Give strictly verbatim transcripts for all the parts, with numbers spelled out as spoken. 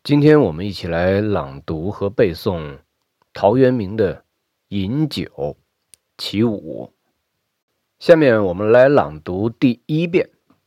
今天我们一起来朗读和背诵陶渊明的《饮酒·其五》。下面我们来朗读第一遍。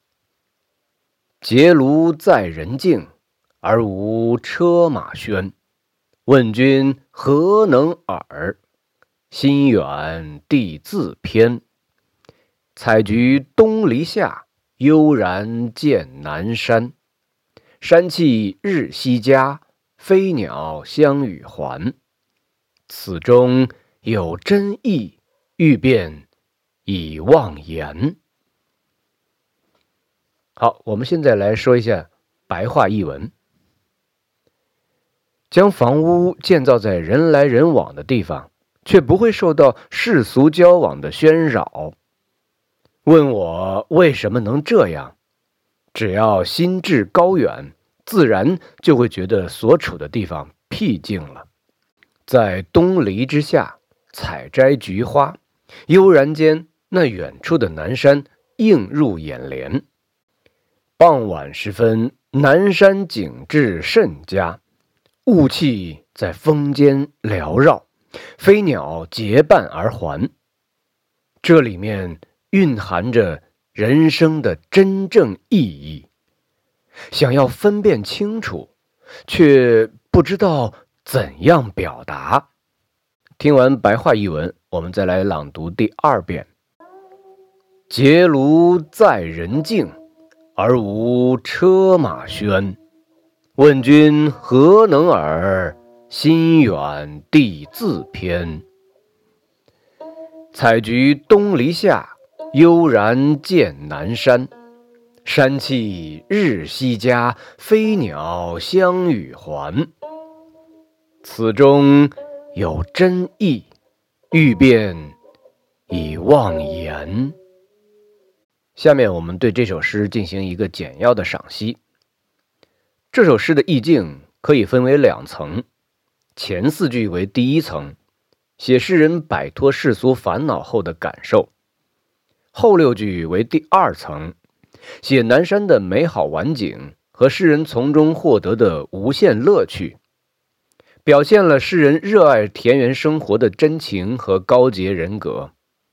结庐在人境，而无车马喧。问君何能尔？心远地自偏。采菊东篱下，悠然见南山。山气日夕佳，飞鸟相与还。此中有真意，欲辨已忘言。好，我们现在来说一下白话译文。将房屋建造在人来人往的地方，却不会受到世俗交往的喧扰。问我为什么能这样？只要心志高远，自然就会觉得所处的地方僻静了。在东篱之下采摘菊花，悠然间那远处的南山映入眼帘。傍晚时分，南山景致甚佳，雾气在风间缭绕，飞鸟结伴而还。这里面蕴含着人生的真正意义，想要分辨清楚，却不知道怎样表达。听完白话译文，我们再来朗读第二遍。结庐在人境，而无车马喧。问君何能尔？心远地自偏。采菊东篱下，悠然见南山。山气日夕佳，飞鸟相与还。此中有真意，欲辨已忘言。下面我们对这首诗进行一个简要的赏析。这首诗的意境可以分为两层，前四句为第一层，写诗人摆脱世俗烦恼后的感受；后六句为第二层，写南山的美好晚景和诗人从中获得的无限乐趣，表现了诗人热爱田园生活的真情和高洁人格。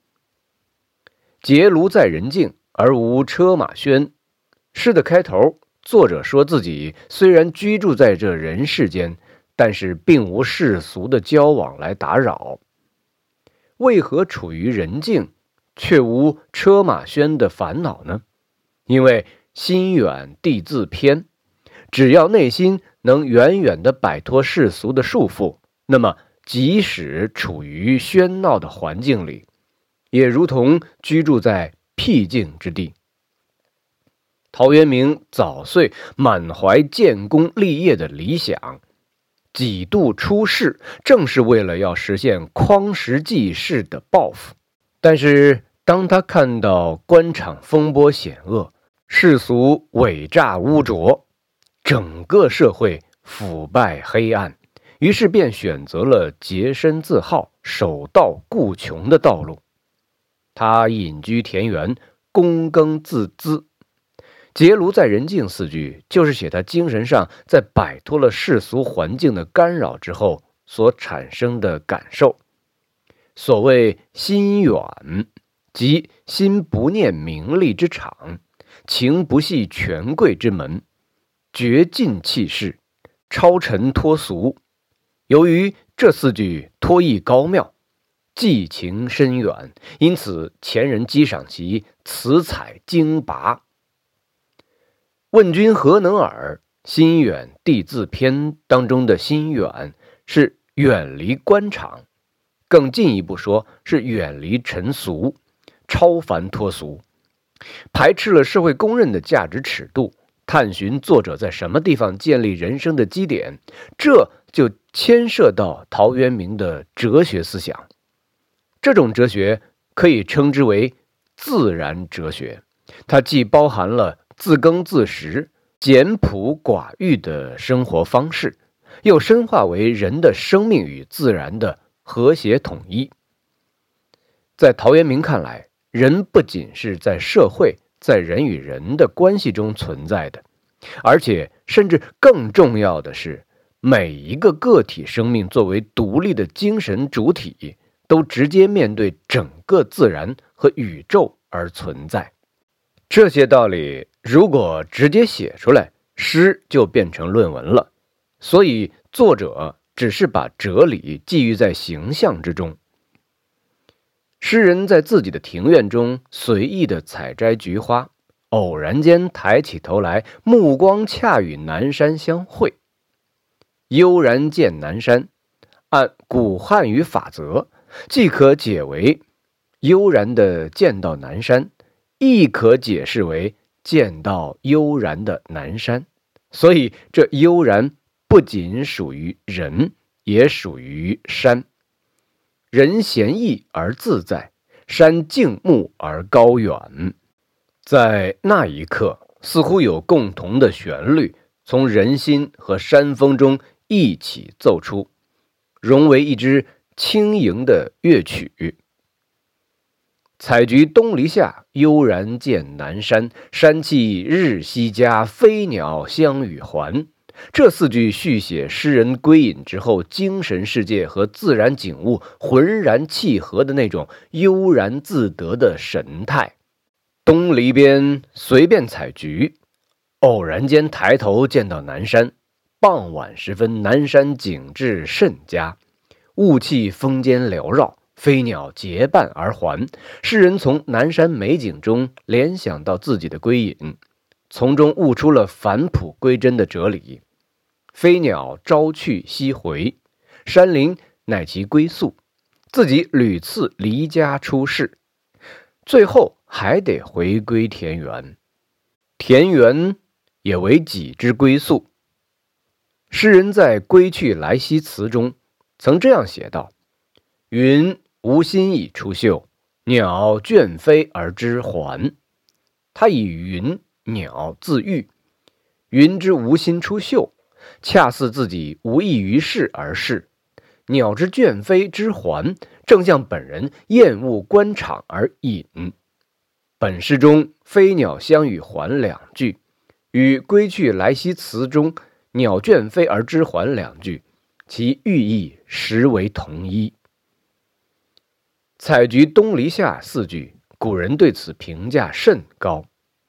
结庐在人境，而无车马喧。诗的开头，作者说自己虽然居住在这人世间，但是并无世俗的交往来打扰。为何处于人境，却无车马喧的烦恼呢？因为心远地自偏，只要内心能远远地摆脱世俗的束缚，那么即使处于喧闹的环境里，也如同居住在僻静之地。陶渊明早岁满怀建功立业的理想，几度出仕，正是为了要实现匡时济世的抱负。但是当他看到官场风波险恶，世俗伪诈污浊，整个社会腐败黑暗，于是便选择了洁身自好、守道固穷的道路。他隐居田园，躬耕自资。结庐在人境四句，就是写他精神上在摆脱了世俗环境的干扰之后所产生的感受。所谓心远，即心不念名利之场，情不系权贵之门，绝尽气势，超尘脱俗。由于这四句托意高妙，寄情深远，因此前人激赏其词采精拔。问君何能尔？心远地自偏当中的心远是远离官场，更进一步说是远离尘俗，超凡脱俗，排斥了社会公认的价值尺度，探寻作者在什么地方建立人生的基点，这就牵涉到陶渊明的哲学思想。这种哲学可以称之为自然哲学，它既包含了自耕自食、简朴寡欲的生活方式，又深化为人的生命与自然的和谐统一。在陶渊明看来，人不仅是在社会、在人与人的关系中存在的， 而且甚至更重要的是，每一个个体生命作为独立的精神主体，都直接面对整个自然和宇宙而存在。这些道理如果直接写出来，诗就变成论文了。所以作者只是把哲理寄寓在形象之中。诗人在自己的庭院中随意地采摘菊花，偶然间抬起头来，目光恰与南山相会。悠然见南山，按古汉语法则，既可解为悠然地见到南山，亦可解释为见到悠然的南山。所以这悠然不仅属于人，也属于山。人闲逸而自在，山静穆而高远。在那一刻，似乎有共同的旋律从人心和山峰中一起奏出，融为一支轻盈的乐曲。采菊东篱下，悠然见南山。山气日夕佳，飞鸟相与还。这四句续写诗人归隐之后，精神世界和自然景物浑然契合的那种悠然自得的神态。东篱边随便采菊，偶然间抬头见到南山。傍晚时分，南山景致甚佳，雾气风间缭绕，飞鸟结伴而还。诗人从南山美景中联想到自己的归隐，从中悟出了返璞归真的哲理。飞鸟朝去夕回，山林乃其归宿，自己屡次离家出世，最后还得回归田园，田园也为己之归宿。诗人在《归去来兮辞》中曾这样写道：云无心以出岫，鸟倦飞而知还。他以云鸟自喻，云之无心出岫，恰似自己无益于世而逝；鸟之倦飞之还，正像本人厌恶官场而隐。本诗中飞鸟相与还两句，与归去来兮辞中鸟倦飞而知还两句，其寓意实为同一。采菊东篱下四句，古人对此评价甚高。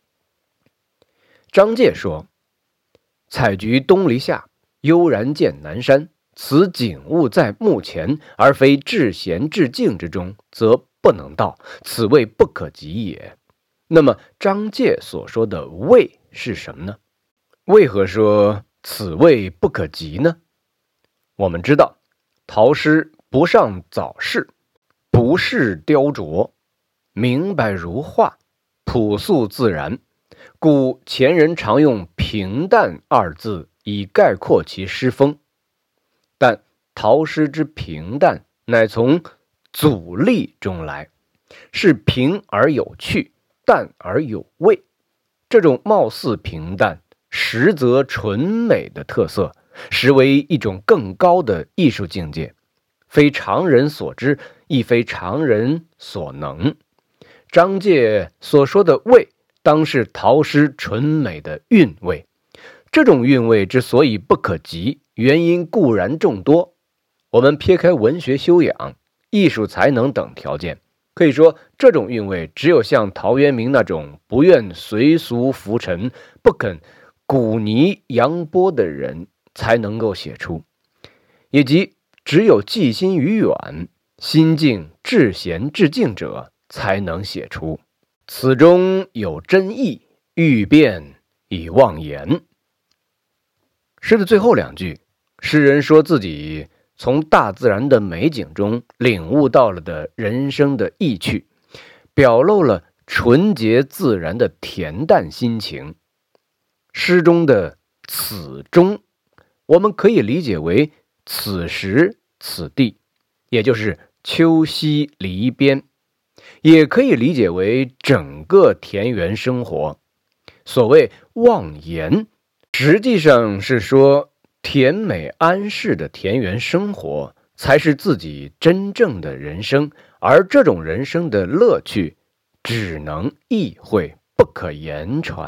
张介说：采菊东篱下，悠然见南山，此景物在目前，而非至闲至静之中，则不能到，此谓不可及也。那么张介所说的谓是什么呢？为何说此谓不可及呢？我们知道陶诗不上藻饰，不饰雕琢，明白如画，朴素自然，故前人常用平淡二字以概括其诗风。但陶诗之平淡乃从阻力中来，是平而有趣，淡而有味。这种貌似平淡，实则纯美的特色，实为一种更高的艺术境界，非常人所知，亦非常人所能。张介所说的味，当是陶诗纯美的韵味。这种韵味之所以不可及，原因固然众多。我们撇开文学修养、艺术才能等条件，可以说这种韵味只有像陶渊明那种不愿随俗浮沉、不肯鼓泥扬波的人才能够写出，也即只有寄心于远、心境至闲至静者才能写出。此中有真意，欲辨已忘言。诗的最后两句，诗人说自己从大自然的美景中领悟到了的人生的意趣，表露了纯洁自然的恬淡心情。诗中的此中，我们可以理解为此时此地，也就是秋夕篱边，也可以理解为整个田园生活。所谓忘言，实际上是说甜美安适的田园生活才是自己真正的人生，而这种人生的乐趣只能意会，不可言传，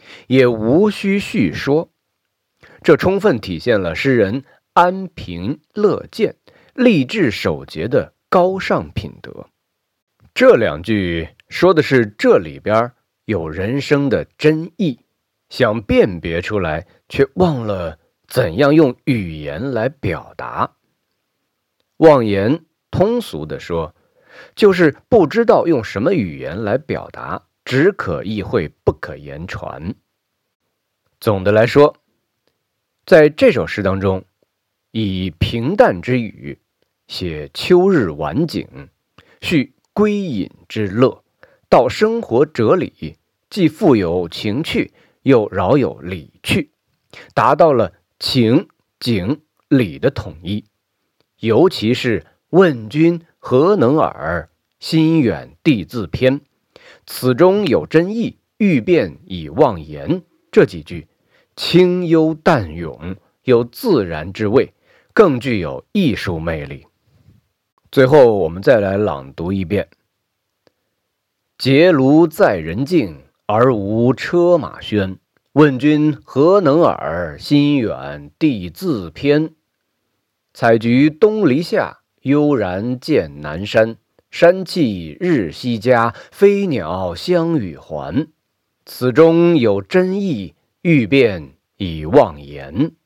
也无需叙说。这充分体现了诗人安贫乐见、立志守节的高尚品德。这两句说的是这里边有人生的真意，想辨别出来，却忘了怎样用语言来表达。妄言，通俗地说，就是不知道用什么语言来表达，只可意会，不可言传。总的来说，在这首诗当中，以平淡之语写秋日晚景，叙归隐之乐，道生活哲理，既富有情趣，又饶有理趣，达到了情、景、理的统一。尤其是问君何能尔，心远地自偏，此中有真意，欲辨已忘言，这几句清幽淡咏，有自然之味，更具有艺术魅力。最后我们再来朗读一遍：结庐在人境，而无车马喧。问君何能尔，心远地自偏。采菊东篱下，悠然见南山。山气日夕佳，飞鸟相与还。此中有真意，欲辨已忘言。